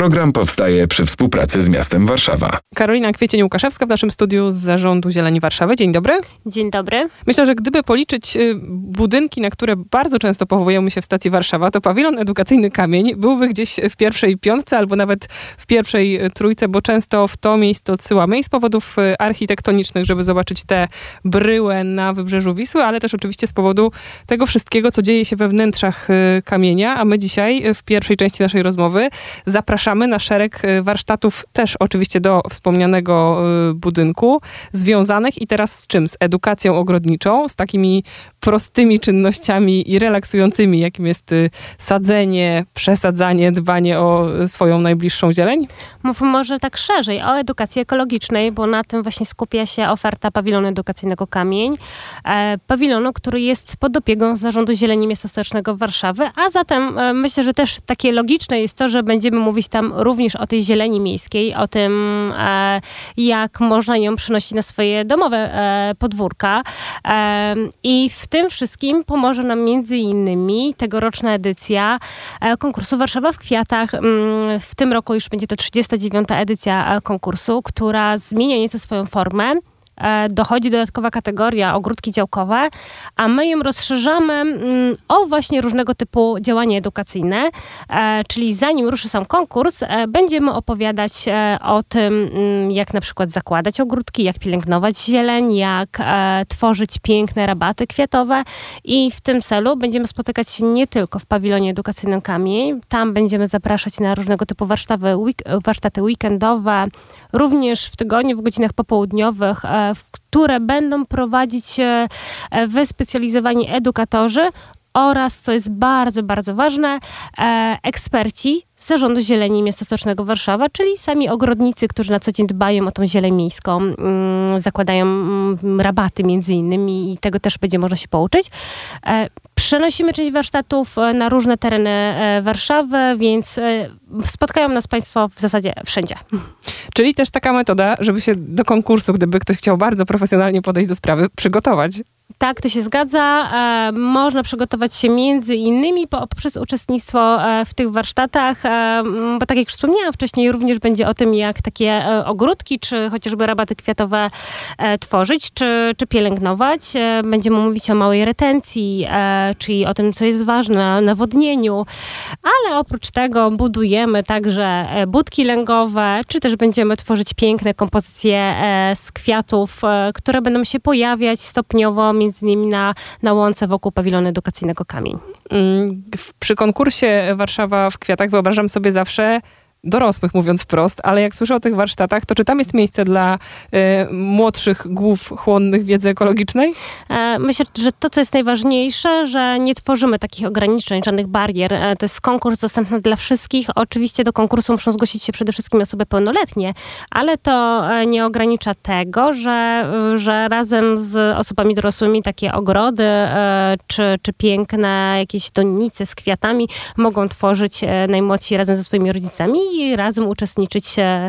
Program powstaje przy współpracy z miastem Warszawa. Karolina Kwiecień-Łukaszewska w naszym studiu z Zarządu Zieleni Warszawy. Dzień dobry. Dzień dobry. Myślę, że gdyby policzyć budynki, na które bardzo często powołujemy się w stacji Warszawa, to pawilon edukacyjny Kamień byłby gdzieś w pierwszej piątce albo nawet w pierwszej trójce, bo często w to miejsce odsyłamy i z powodów architektonicznych, żeby zobaczyć tę bryłę na wybrzeżu Wisły, ale też oczywiście z powodu tego wszystkiego, co dzieje się we wnętrzach Kamienia, a my dzisiaj w pierwszej części naszej rozmowy zapraszamy na szereg warsztatów, też oczywiście do wspomnianego budynku, związanych i teraz z czym? Z edukacją ogrodniczą, z takimi prostymi czynnościami i relaksującymi, jakim jest sadzenie, przesadzanie, dbanie o swoją najbliższą zieleń? Mówmy może tak szerzej o edukacji ekologicznej, bo na tym właśnie skupia się oferta pawilonu edukacyjnego Kamień. Pawilonu, który jest pod opieką Zarządu Zieleni Miasta Stołecznego Warszawy, a zatem myślę, że też takie logiczne jest to, że będziemy mówić tam również o tej zieleni miejskiej, o tym, jak można ją przynosić na swoje domowe podwórka. I w tym wszystkim pomoże nam między innymi tegoroczna edycja konkursu Warszawa w kwiatach. W tym roku już będzie to 39. edycja konkursu, która zmienia nieco swoją formę. Dochodzi dodatkowa kategoria ogródki działkowe, a my ją rozszerzamy o właśnie różnego typu działania edukacyjne, czyli zanim ruszy sam konkurs, będziemy opowiadać o tym, jak na przykład zakładać ogródki, jak pielęgnować zieleń, jak tworzyć piękne rabaty kwiatowe i w tym celu będziemy spotykać się nie tylko w pawilonie edukacyjnym Kamień, tam będziemy zapraszać na różnego typu warsztaty weekendowe, również w tygodniu w godzinach popołudniowych, które będą prowadzić wyspecjalizowani edukatorzy oraz, co jest bardzo, bardzo ważne, eksperci z Zarządu Zieleni Miasta Stołecznego Warszawa, czyli sami ogrodnicy, którzy na co dzień dbają o tą zieleń miejską, zakładają rabaty między innymi i tego też będzie można się pouczyć. Przenosimy część warsztatów na różne tereny Warszawy, więc spotkają nas Państwo w zasadzie wszędzie. Czyli też taka metoda, żeby się do konkursu, gdyby ktoś chciał bardzo profesjonalnie podejść do sprawy, przygotować. Tak, to się zgadza. Można przygotować się między innymi poprzez uczestnictwo w tych warsztatach, bo tak jak już wspomniałam wcześniej, również będzie o tym, jak takie ogródki, czy chociażby rabaty kwiatowe tworzyć, czy pielęgnować. Będziemy mówić o małej retencji, czyli o tym, co jest ważne, nawodnieniu, ale oprócz tego budujemy także budki lęgowe, czy też będziemy tworzyć piękne kompozycje z kwiatów, które będą się pojawiać stopniowo między innymi na łące wokół pawilonu edukacyjnego Kamień. Przy konkursie Warszawa w kwiatach wyobrażam sobie zawsze dorosłych, mówiąc wprost, ale jak słyszę o tych warsztatach, to czy tam jest miejsce dla młodszych głów chłonnych wiedzy ekologicznej? Myślę, że to, co jest najważniejsze, że nie tworzymy takich ograniczeń, żadnych barier. To jest konkurs dostępny dla wszystkich. Oczywiście do konkursu muszą zgłosić się przede wszystkim osoby pełnoletnie, ale to nie ogranicza tego, że razem z osobami dorosłymi takie ogrody czy piękne jakieś donice z kwiatami mogą tworzyć najmłodsi razem ze swoimi rodzicami i razem uczestniczyć,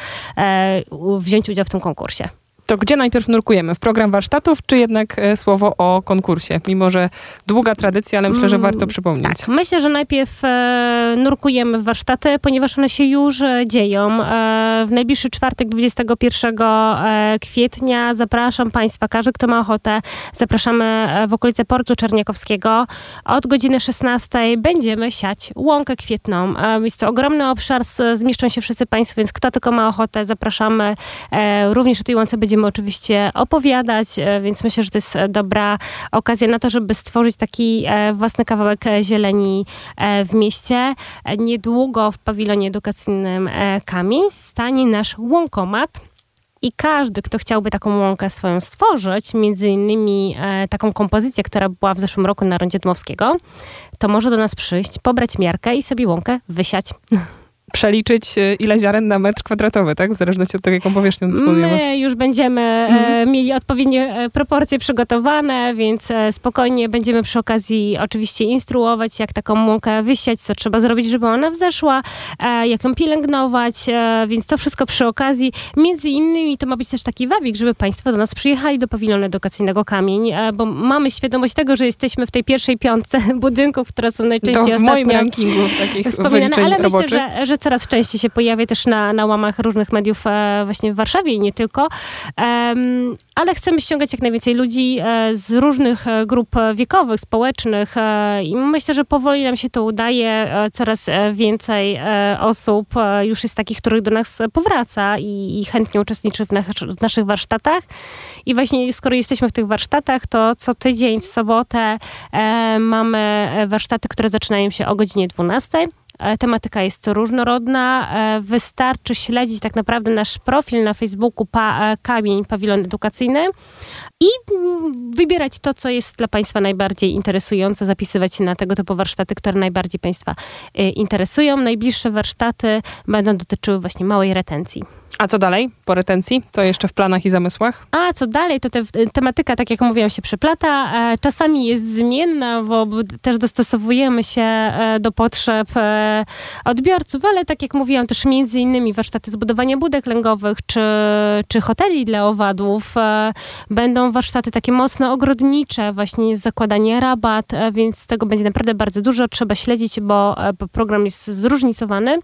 wziąć udział w tym konkursie. To gdzie najpierw nurkujemy? W program warsztatów, czy jednak słowo o konkursie? Mimo że długa tradycja, ale myślę, że warto przypomnieć. Tak, myślę, że najpierw nurkujemy w warsztaty, ponieważ one się już dzieją. W najbliższy czwartek, 21 kwietnia zapraszam Państwa, każdy, kto ma ochotę, zapraszamy w okolice Portu Czerniakowskiego. Od godziny 16 będziemy siać łąkę kwietną. Jest to ogromny obszar, zmieszczą się wszyscy Państwo, więc kto tylko ma ochotę, zapraszamy. Również o tej łące będziemy oczywiście opowiadać, więc myślę, że to jest dobra okazja na to, żeby stworzyć taki własny kawałek zieleni w mieście. Niedługo w pawilonie edukacyjnym Kamień stanie nasz łąkomat. I każdy, kto chciałby taką łąkę swoją stworzyć, między innymi taką kompozycję, która była w zeszłym roku na Rondzie Dmowskiego, to może do nas przyjść, pobrać miarkę i sobie łąkę wysiać. Przeliczyć, ile ziaren na metr kwadratowy, tak? W zależności od tego, jaką powierzchnią dysponujemy. My już będziemy mieli odpowiednie proporcje przygotowane, więc spokojnie będziemy przy okazji oczywiście instruować, jak taką łąkę wysiać, co trzeba zrobić, żeby ona wzeszła, jak ją pielęgnować, więc to wszystko przy okazji. Między innymi to ma być też taki wabik, żeby Państwo do nas przyjechali do pawilonu edukacyjnego Kamień, bo mamy świadomość tego, że jesteśmy w tej pierwszej piątce budynków, które są najczęściej to w moim rankingu takich wyliczeń ale roboczych. myślę, że coraz częściej się pojawia też na łamach różnych mediów właśnie w Warszawie i nie tylko. Ale chcemy ściągać jak najwięcej ludzi z różnych grup wiekowych, społecznych i myślę, że powoli nam się to udaje. Coraz więcej osób już jest takich, których do nas powraca i chętnie uczestniczy w naszych warsztatach. I właśnie skoro jesteśmy w tych warsztatach, to co tydzień w sobotę mamy warsztaty, które zaczynają się o godzinie 12:00. Tematyka jest różnorodna. Wystarczy śledzić tak naprawdę nasz profil na Facebooku Kamień Pawilon Edukacyjny i wybierać to, co jest dla Państwa najbardziej interesujące, zapisywać się na tego typu warsztaty, które najbardziej Państwa interesują. Najbliższe warsztaty będą dotyczyły właśnie małej retencji. A co dalej po retencji? To jeszcze w planach i zamysłach? A co dalej, to tematyka, tak jak mówiłam, się przeplata. Czasami jest zmienna, bo też dostosowujemy się do potrzeb odbiorców, ale tak jak mówiłam, też między innymi warsztaty zbudowania budek lęgowych, czy hoteli dla owadów. Będą warsztaty takie mocno ogrodnicze, właśnie zakładanie rabat, więc tego będzie naprawdę bardzo dużo. Trzeba śledzić, bo program jest zróżnicowany.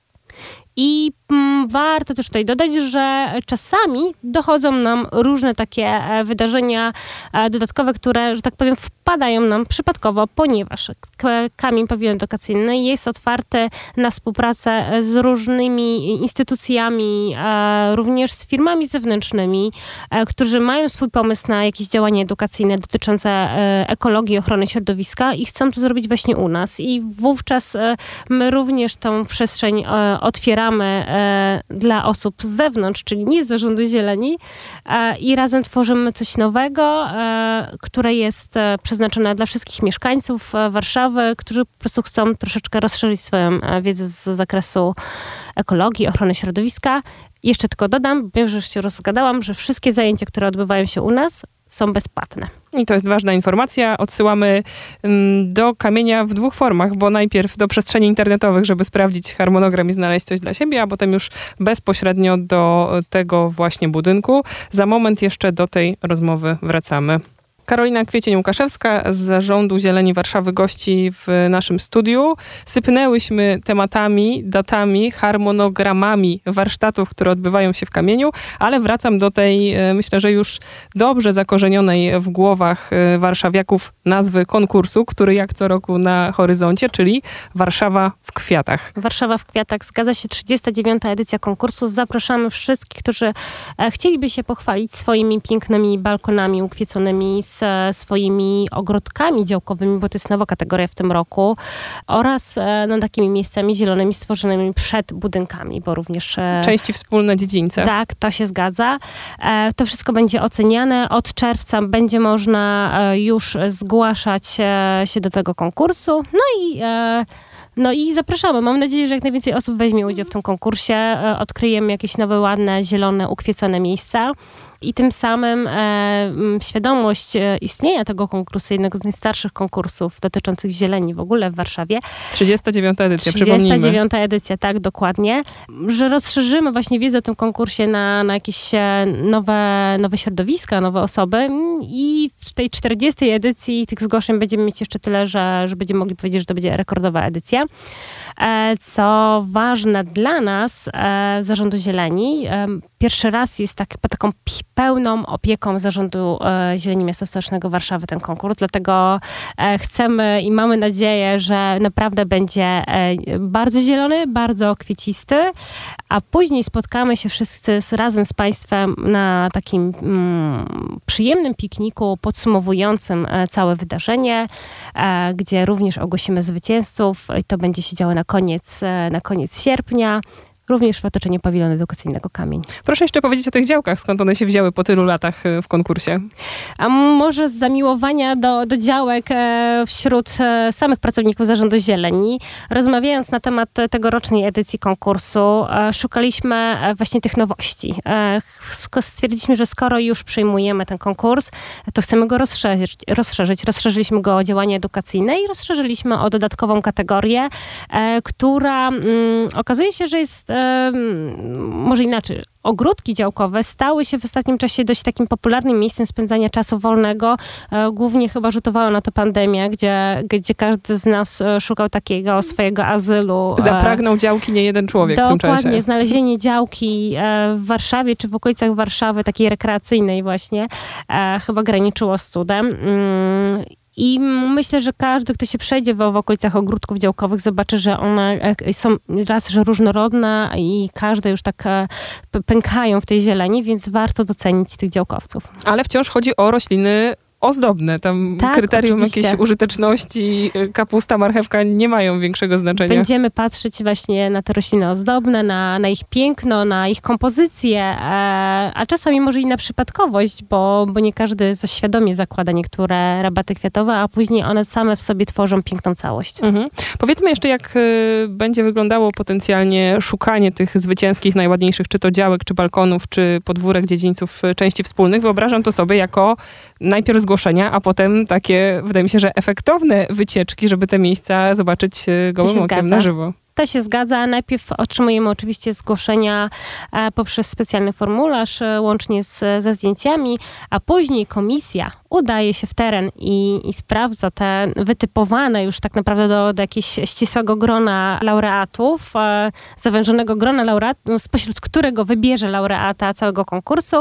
I warto też tutaj dodać, że czasami dochodzą nam różne takie wydarzenia dodatkowe, które, że tak powiem, wpadają nam przypadkowo, ponieważ Kamień Pawilon Edukacyjny jest otwarty na współpracę z różnymi instytucjami, również z firmami zewnętrznymi, którzy mają swój pomysł na jakieś działania edukacyjne dotyczące ekologii, ochrony środowiska i chcą to zrobić właśnie u nas. I wówczas my również tą przestrzeń otwieramy dla osób z zewnątrz, czyli nie z Zarządu Zieleni i razem tworzymy coś nowego, które jest przeznaczone dla wszystkich mieszkańców Warszawy, którzy po prostu chcą troszeczkę rozszerzyć swoją wiedzę z zakresu ekologii, ochrony środowiska. Jeszcze tylko dodam, wiem, że już się rozgadałam, że wszystkie zajęcia, które odbywają się u nas, są bezpłatne. I to jest ważna informacja. Odsyłamy do Kamienia w 2 formach, bo najpierw do przestrzeni internetowych, żeby sprawdzić harmonogram i znaleźć coś dla siebie, a potem już bezpośrednio do tego właśnie budynku. Za moment jeszcze do tej rozmowy wracamy. Karolina Kwiecień-Łukaszewska z Zarządu Zieleni Warszawy gości w naszym studiu. Sypnęłyśmy tematami, datami, harmonogramami warsztatów, które odbywają się w Kamieniu, ale wracam do tej, myślę, że już dobrze zakorzenionej w głowach warszawiaków nazwy konkursu, który jak co roku na horyzoncie, czyli Warszawa w kwiatach. Warszawa w kwiatach, zgadza się, 39. edycja konkursu. Zapraszamy wszystkich, którzy chcieliby się pochwalić swoimi pięknymi balkonami ukwieconymi, z swoimi ogrodkami działkowymi, bo to jest nowa kategoria w tym roku, oraz takimi miejscami zielonymi stworzonymi przed budynkami, bo również... Części wspólne dziedzińce. Tak, to się zgadza. To wszystko będzie oceniane. Od czerwca będzie można już zgłaszać się do tego konkursu. No i zapraszamy. Mam nadzieję, że jak najwięcej osób weźmie udział w tym konkursie. Odkryjemy jakieś nowe, ładne, zielone, ukwiecone miejsca. I tym samym świadomość istnienia tego konkursu, jednego z najstarszych konkursów dotyczących zieleni w ogóle w Warszawie. 39. edycja, przypomnijmy. 39. edycja, tak, dokładnie. Że rozszerzymy właśnie wiedzę o tym konkursie na jakieś nowe środowiska, nowe osoby i w tej 40. edycji tych zgłoszeń będziemy mieć jeszcze tyle, że będziemy mogli powiedzieć, że to będzie rekordowa edycja. Co ważne dla nas, Zarządu Zieleni, pierwszy raz jest pod taką pełną opieką Zarządu Zieleni Miasta Stołecznego Warszawy ten konkurs, dlatego chcemy i mamy nadzieję, że naprawdę będzie bardzo zielony, bardzo kwiecisty, a później spotkamy się wszyscy razem z Państwem na takim przyjemnym pikniku podsumowującym całe wydarzenie, gdzie również ogłosimy zwycięzców i to będzie się działo na koniec sierpnia. Również w otoczeniu Pawilonu Edukacyjnego Kamień. Proszę jeszcze powiedzieć o tych działkach, skąd one się wzięły po tylu latach w konkursie. A może z zamiłowania do działek wśród samych pracowników Zarządu Zieleni. Rozmawiając na temat tegorocznej edycji konkursu, szukaliśmy właśnie tych nowości. Stwierdziliśmy, że skoro już przyjmujemy ten konkurs, to chcemy go rozszerzyć. Rozszerzyliśmy go o działania edukacyjne i rozszerzyliśmy o dodatkową kategorię, która okazuje się, że jest może inaczej, ogródki działkowe stały się w ostatnim czasie dość takim popularnym miejscem spędzania czasu wolnego. Głównie chyba rzutowała na to pandemia, gdzie każdy z nas szukał takiego swojego azylu. Zapragnął działki nie jeden człowiek w tym czasie. Dokładnie, znalezienie działki w Warszawie, czy w okolicach Warszawy, takiej rekreacyjnej właśnie, chyba graniczyło z cudem. I myślę, że każdy, kto się przejdzie w okolicach ogródków działkowych, zobaczy, że one są raz, że różnorodne i każde już tak pękają w tej zieleni, więc warto docenić tych działkowców. Ale wciąż chodzi o rośliny ozdobne. Tam tak, kryterium oczywiście. jakiejś użyteczności, kapusta, marchewka nie mają większego znaczenia. Będziemy patrzeć właśnie na te rośliny ozdobne, na ich piękno, na ich kompozycję, a czasami może i na przypadkowość, bo nie każdy świadomie zakłada niektóre rabaty kwiatowe, a później one same w sobie tworzą piękną całość. Mhm. Powiedzmy jeszcze, jak będzie wyglądało potencjalnie szukanie tych zwycięskich, najładniejszych, czy to działek, czy balkonów, czy podwórek dziedzińców części wspólnych. Wyobrażam to sobie jako najpierw zgłoszenia, a potem takie, wydaje mi się, że efektowne wycieczki, żeby te miejsca zobaczyć gołym okiem na żywo. To się zgadza. Najpierw otrzymujemy oczywiście zgłoszenia poprzez specjalny formularz, łącznie ze zdjęciami, a później komisja udaje się w teren i sprawdza te wytypowane już tak naprawdę do jakiegoś ścisłego grona laureatów, zawężonego grona laureatów, spośród którego wybierze laureata całego konkursu.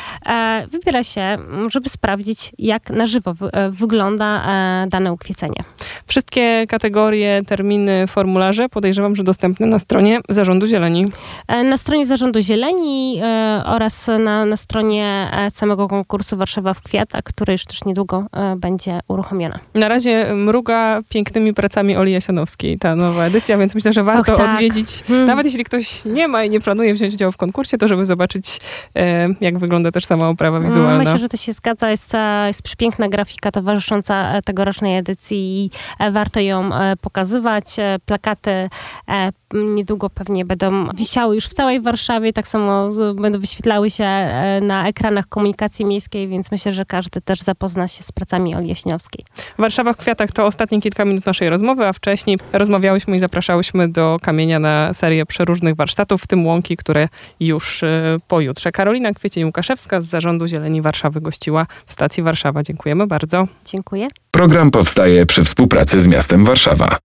Wybiera się, żeby sprawdzić, jak na żywo wygląda dane ukwiecenie. Wszystkie kategorie, terminy, formularze podejrzewam, że dostępne na stronie Zarządu Zieleni. Na stronie Zarządu Zieleni oraz na stronie samego konkursu Warszawa w kwiatach, który już też niedługo będzie uruchomiona. Na razie mruga pięknymi pracami Oli Jasianowskiej ta nowa edycja, więc myślę, że warto odwiedzić. Nawet jeśli ktoś nie ma i nie planuje wziąć udziału w konkursie, to żeby zobaczyć, jak wygląda też sama oprawa wizualna. Myślę, że to się zgadza. Jest przepiękna grafika towarzysząca tegorocznej edycji i warto ją pokazywać. Plakaty niedługo pewnie będą wisiały już w całej Warszawie, tak samo będą wyświetlały się na ekranach komunikacji miejskiej, więc myślę, że każdy też zapozna się z pracami Oli Jaśniowskiej. Warszawa w kwiatach to ostatnie kilka minut naszej rozmowy, a wcześniej rozmawiałyśmy i zapraszałyśmy do Kamienia na serię przeróżnych warsztatów, w tym łąki, które już pojutrze. Karolina Kwiecień-Łukaszewska z Zarządu Zieleni Warszawy gościła w stacji Warszawa. Dziękujemy bardzo. Dziękuję. Program powstaje przy współpracy z miastem Warszawa.